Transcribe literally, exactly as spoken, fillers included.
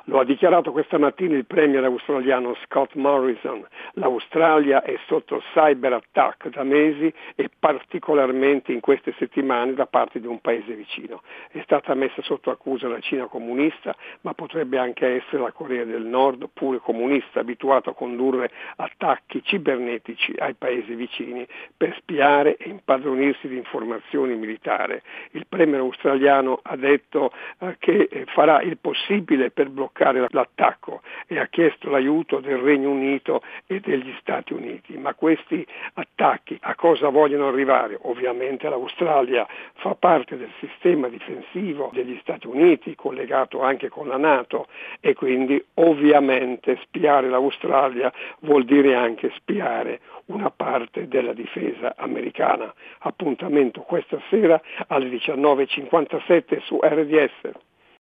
Lo ha dichiarato questa mattina il premier australiano Scott Morrison. L'Australia è sotto cyber attack da mesi e particolarmente in queste settimane da parte di un paese vicino. È stata messa sotto accusa la Cina comunista, ma potrebbe anche essere la Corea del Nord, pure comunista, abituata a condurre attacchi cibernetici ai paesi vicini per spiare e impadronirsi di informazioni militari. Il premier australiano ha detto eh, che farà il possibile per bloccare l'attacco e ha chiesto l'aiuto del Regno Unito e degli Stati Uniti. Ma questi attacchi a cosa vogliono arrivare? Ovviamente l'Australia fa parte del sistema difensivo degli Stati Uniti, collegato anche con la NATO, e quindi ovviamente spiare l'Australia vuol dire anche spiare una parte della difesa americana. Appuntamento questa sera alle diciannove e cinquantasette su R D S.